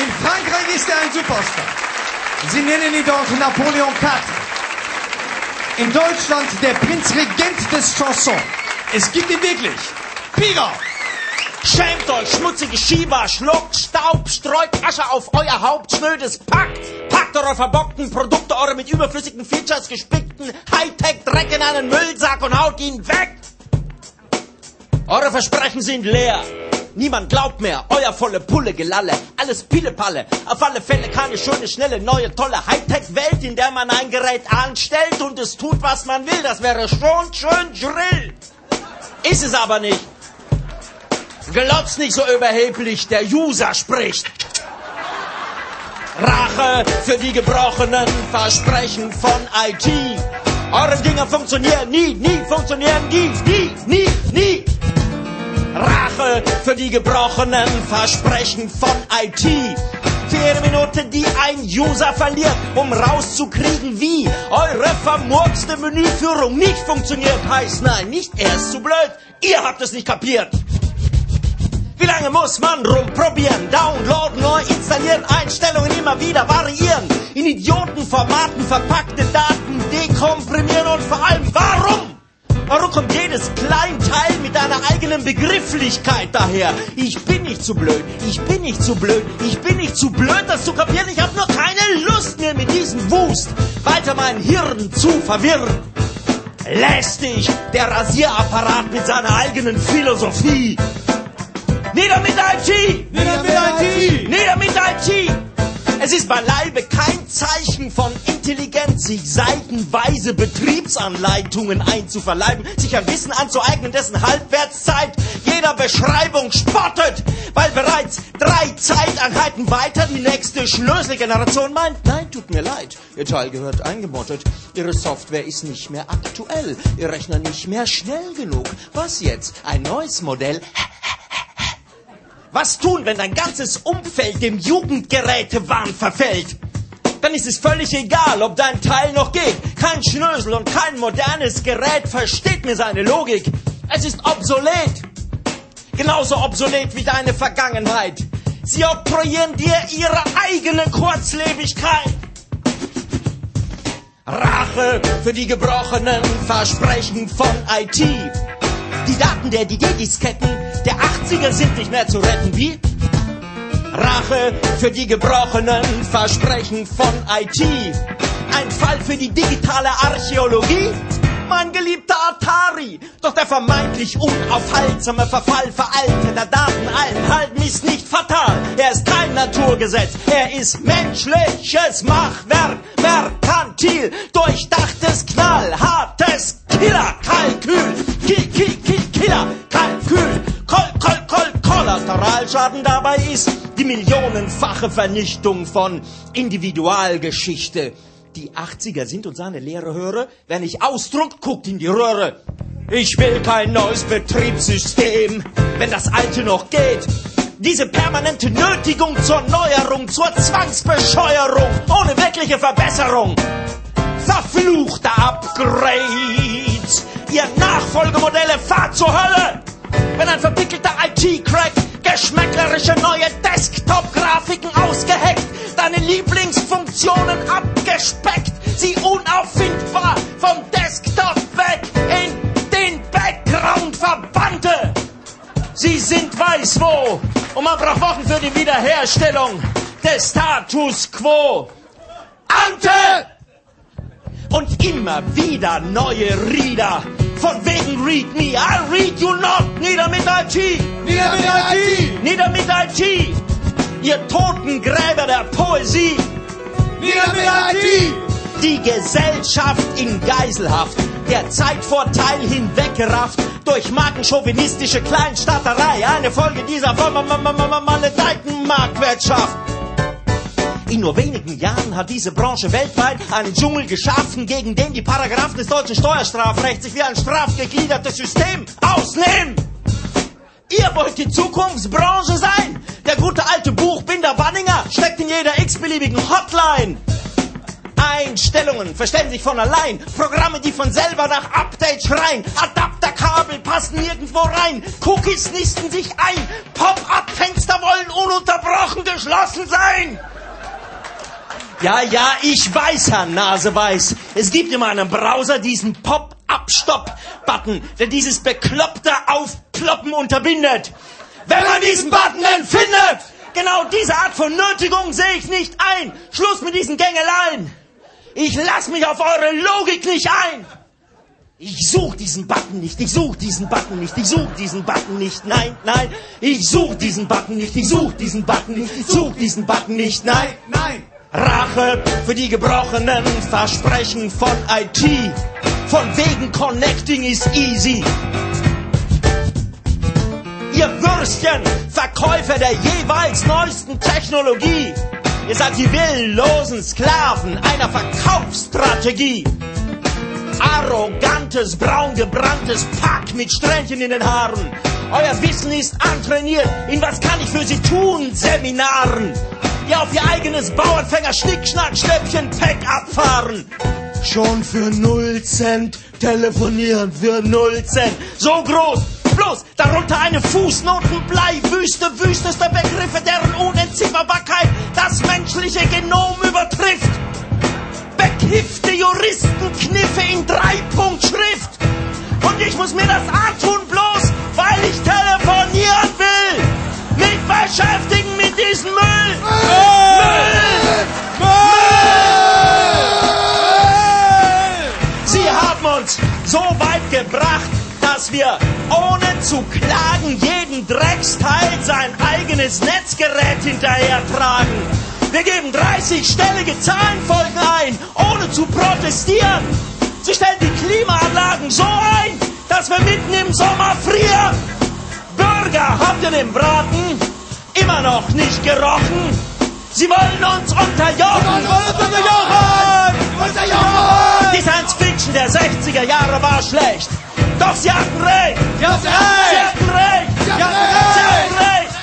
In Frankreich ist er ein Superstar. Sie nennen ihn dort Napoleon IV. In Deutschland der Prinzregent des Chansons. Es gibt ihn wirklich. Piger! Schämt euch, schmutzige Schieber, schluckt Staub, streut Asche auf euer Haupt, schnödes Packt. Packt eure verbockten Produkte, eure mit überflüssigen Features gespickten Hightech-Dreck in einen Müllsack und haut ihn weg. Eure Versprechen sind leer. Niemand glaubt mehr, euer volle Pulle Gelalle, alles Pillepalle. Auf alle Fälle keine schöne, schnelle, neue, tolle Hightech-Welt, in der man ein Gerät anstellt und es tut, was man will. Das wäre schon schön schrill. Ist es aber nicht. Glotzt nicht so überheblich, der User spricht. Rache für die gebrochenen Versprechen von IT. Eure Dinger funktionieren nie, funktionieren nie. Rache für die gebrochenen Versprechen von IT. Für jede Minute, die ein User verliert, um rauszukriegen, wie eure vermurkste Menüführung nicht funktioniert, heißt nein, nicht er ist zu blöd, ihr habt es nicht kapiert. Wie lange muss man rumprobieren, downloaden, neu installieren, Einstellungen immer wieder variieren, in Idiotenformaten verpackte Daten dekomprimieren und vor allem warum? Warum kommt jedes Kleinteil mit einer eigenen Begrifflichkeit daher? Ich bin nicht zu blöd, ich bin nicht zu blöd, ich bin nicht zu blöd, das zu kapieren. Ich habe nur keine Lust mehr mit diesem Wust weiter mein Hirn zu verwirren. Lästig, der Rasierapparat mit seiner eigenen Philosophie. Nieder mit IT! Nieder mit IT! Nieder mit IT! Es ist beileibe kein Zeichen von Intelligenz, sich seitenweise Betriebsanleitungen einzuverleiben, sich ein Wissen anzueignen, dessen Halbwertszeit jeder Beschreibung spottet, weil bereits 3 Zeiteinheiten weiter die nächste Schnöselgeneration meint, nein, tut mir leid, Ihr Teil gehört eingemottet, Ihre Software ist nicht mehr aktuell, Ihr Rechner nicht mehr schnell genug. Was jetzt? Ein neues Modell? Was tun, wenn dein ganzes Umfeld dem Jugendgerätewahn verfällt? Dann ist es völlig egal, ob dein Teil noch geht. Kein Schnösel und kein modernes Gerät versteht mir seine Logik. Es ist obsolet. Genauso obsolet wie deine Vergangenheit. Sie oktroyieren dir ihre eigene Kurzlebigkeit. Rache für die gebrochenen Versprechen von IT. Die Daten der DD-Disketten der 80er sind nicht mehr zu retten, wie? Rache für die gebrochenen Versprechen von IT. Ein Fall für die digitale Archäologie? Mein geliebter Atari. Doch der vermeintlich unaufhaltsame Verfall veralteter Daten allen halben ist nicht fatal. Er ist kein Naturgesetz, er ist menschliches Machwerk. Merkantil, durchdachtes, knallhartes Killerkalkül. Killerkalkül. Kollateralschaden dabei ist die millionenfache Vernichtung von Individualgeschichte. Die 80er sind und seine Lehre höre, wer nicht ausdruckt, guckt in die Röhre. Ich will kein neues Betriebssystem, wenn das alte noch geht. Diese permanente Nötigung zur Neuerung, zur Zwangsbescheuerung, ohne wirkliche Verbesserung. Verfluchte Upgrades, ihr Nachfolgemodelle, fahrt zur Hölle! Wenn ein verpickelter IT-Crack geschmäcklerische neue Desktop-Grafiken ausgehackt, deine Lieblingsfunktionen abgespeckt, sie unauffindbar vom Desktop weg in den Background verbannte. Sie sind weiß wo und man braucht Wochen für die Wiederherstellung des Status Quo. Ante! Und immer wieder neue Reader. Von wegen read me, I'll read you not. Nieder mit IT! Nieder mit IT! Nieder mit IT! Ihr Totengräber der Poesie! Nieder mit IT! Die Gesellschaft in Geiselhaft, der Zeitvorteil hinweggerafft durch markenchauvinistische Kleinstaaterei. Eine Folge dieser maledeiten Marktwirtschaft. In nur wenigen Jahren hat diese Branche weltweit einen Dschungel geschaffen, gegen den die Paragraphen des deutschen Steuerstrafrechts sich wie ein strafgegliedertes System ausnehmen. Ihr wollt die Zukunftsbranche sein? Der gute alte Buchbinder Banninger steckt in jeder x-beliebigen Hotline. Einstellungen verstellen sich von allein, Programme, die von selber nach Update schreien, Adapter Kabel passen nirgendwo rein. Cookies nisten sich ein. Pop-up-Fenster wollen ununterbrochen geschlossen sein. Ja, ich weiß, Herr Naseweiß. Es gibt in meinem Browser diesen Pop-up-Stop-Button, der dieses bekloppte Aufploppen unterbindet. Wenn man diesen Button denn findet! Genau diese Art von Nötigung sehe ich nicht ein. Schluss mit diesen Gängeleien. Ich lass mich auf eure Logik nicht ein. Ich such diesen Button nicht, ich such diesen Button nicht, ich such diesen Button nicht, nein, ich such diesen Button nicht, ich such diesen Button nicht, ich such diesen Button nicht, nein. Rache für die gebrochenen Versprechen von IT. Von wegen Connecting is easy. Ihr Würstchen, Verkäufer der jeweils neuesten Technologie. Ihr seid die willenlosen Sklaven einer Verkaufsstrategie. Arrogantes, braungebranntes Pack mit Strähnchen in den Haaren. Euer Wissen ist antrainiert. In was kann ich für Sie tun? Seminaren. Die auf ihr eigenes Bauernfänger Schnickschnack, Schnäppchen, Pack abfahren. Schon für 0 Cent telefonieren, für 0 Cent. So groß, bloß darunter eine Fußnotenblei-Wüste, wüsteste Begriffe, deren Unentziffberbarkeit das menschliche Genom übertrifft. Bekiffte Juristenkniffe in 3-Punkt-Schrift. Und ich muss mir das antun, bloß weil ich telefonieren will. Mich beschäftigen mit diesem Müll. Müll! Sie haben uns so weit gebracht, dass wir ohne zu klagen jeden Drecksteil sein eigenes Netzgerät hinterhertragen. Wir geben 30 stellige Zahlenfolgen ein, ohne zu protestieren. Sie stellen die Klimaanlagen so ein, dass wir mitten im Sommer frieren. Bürger, habt ihr den Braten immer noch nicht gerochen? Sie wollen uns unterjochen. Die Science-Fiction der 60er Jahre war schlecht. Doch sie hatten recht. Sie hatten recht.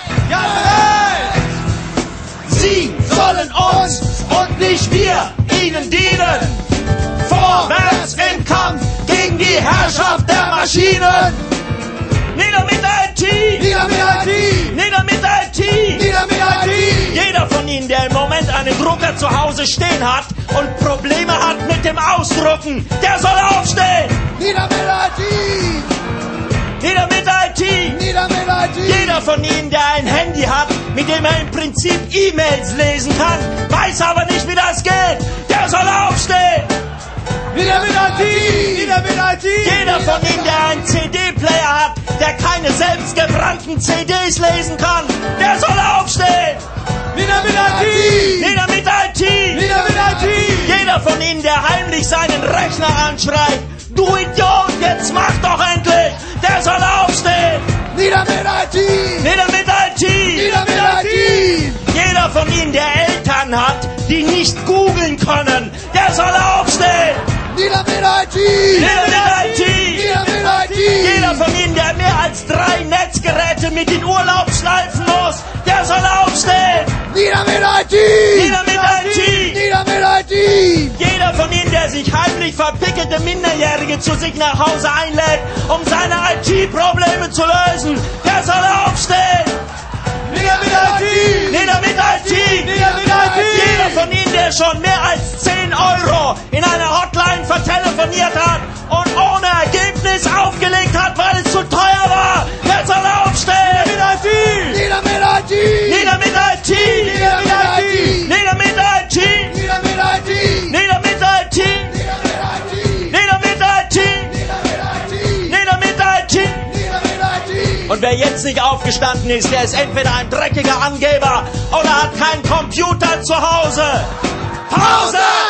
Sie sollen uns und nicht wir ihnen dienen. Vorwärts im Kampf gegen die Herrschaft der Maschinen. Nieder mit IT! Nieder mit IT! Nieder mit IT! Nieder mit IT! Jeder von Ihnen, der im Moment einen Drucker zu Hause stehen hat und Probleme hat mit dem Ausdrucken, der soll aufstehen! Nieder mit IT! Nieder mit IT! Nieder mit IT! Jeder von Ihnen, der ein Handy hat, mit dem er im Prinzip E-Mails lesen kann, weiß aber nicht, wie das geht, der soll aufstehen! Nieder mit IT! Nieder mit IT! Jeder von Ihnen, der einen CD-Player hat, der keine selbstgebrannten CDs lesen kann, der soll aufstehen! Nieder mit IT! Nieder mit IT! Nieder mit IT! Jeder von Ihnen, der heimlich seinen Rechner anschreit, du Idiot, jetzt mach doch endlich, der soll aufstehen! Nieder mit IT! Nieder mit IT! Nieder mit IT! Jeder von Ihnen, der Eltern hat, die nicht googeln können, der soll aufstehen! Nieder mit IT! Nieder mit IT! Nieder mit IT! Jeder von Ihnen, der mehr als 3 Netzgeräte mit in Urlaub schleifen muss, der soll aufstehen! Nieder mit IT! Nieder mit IT! Nieder mit IT! Jeder von Ihnen, der sich heimlich verpickelte Minderjährige zu sich nach Hause einlädt, um seine IT-Probleme zu lösen, der soll aufstehen! Nieder mit IT! Nieder mit IT! Nieder mit IT! Jeder von Ihnen, der schon mehr als 10 Euro in einer Hotline vertelefoniert hat und ohne Ergebnis aufgelegt hat, weil es zu teuer war, der soll aufstehen! Nieder mit IT! Nieder mit IT! Nieder mit IT! Nieder mit IT! Nieder mit IT! Nieder mit IT! Nieder mit IT! Nieder mit IT! Nieder mit IT! Nieder mit IT! Nieder mit IT! Und wer jetzt nicht aufgestanden ist, der ist entweder ein dreckiger Angeber oder hat keinen Computer zu Hause. Pause!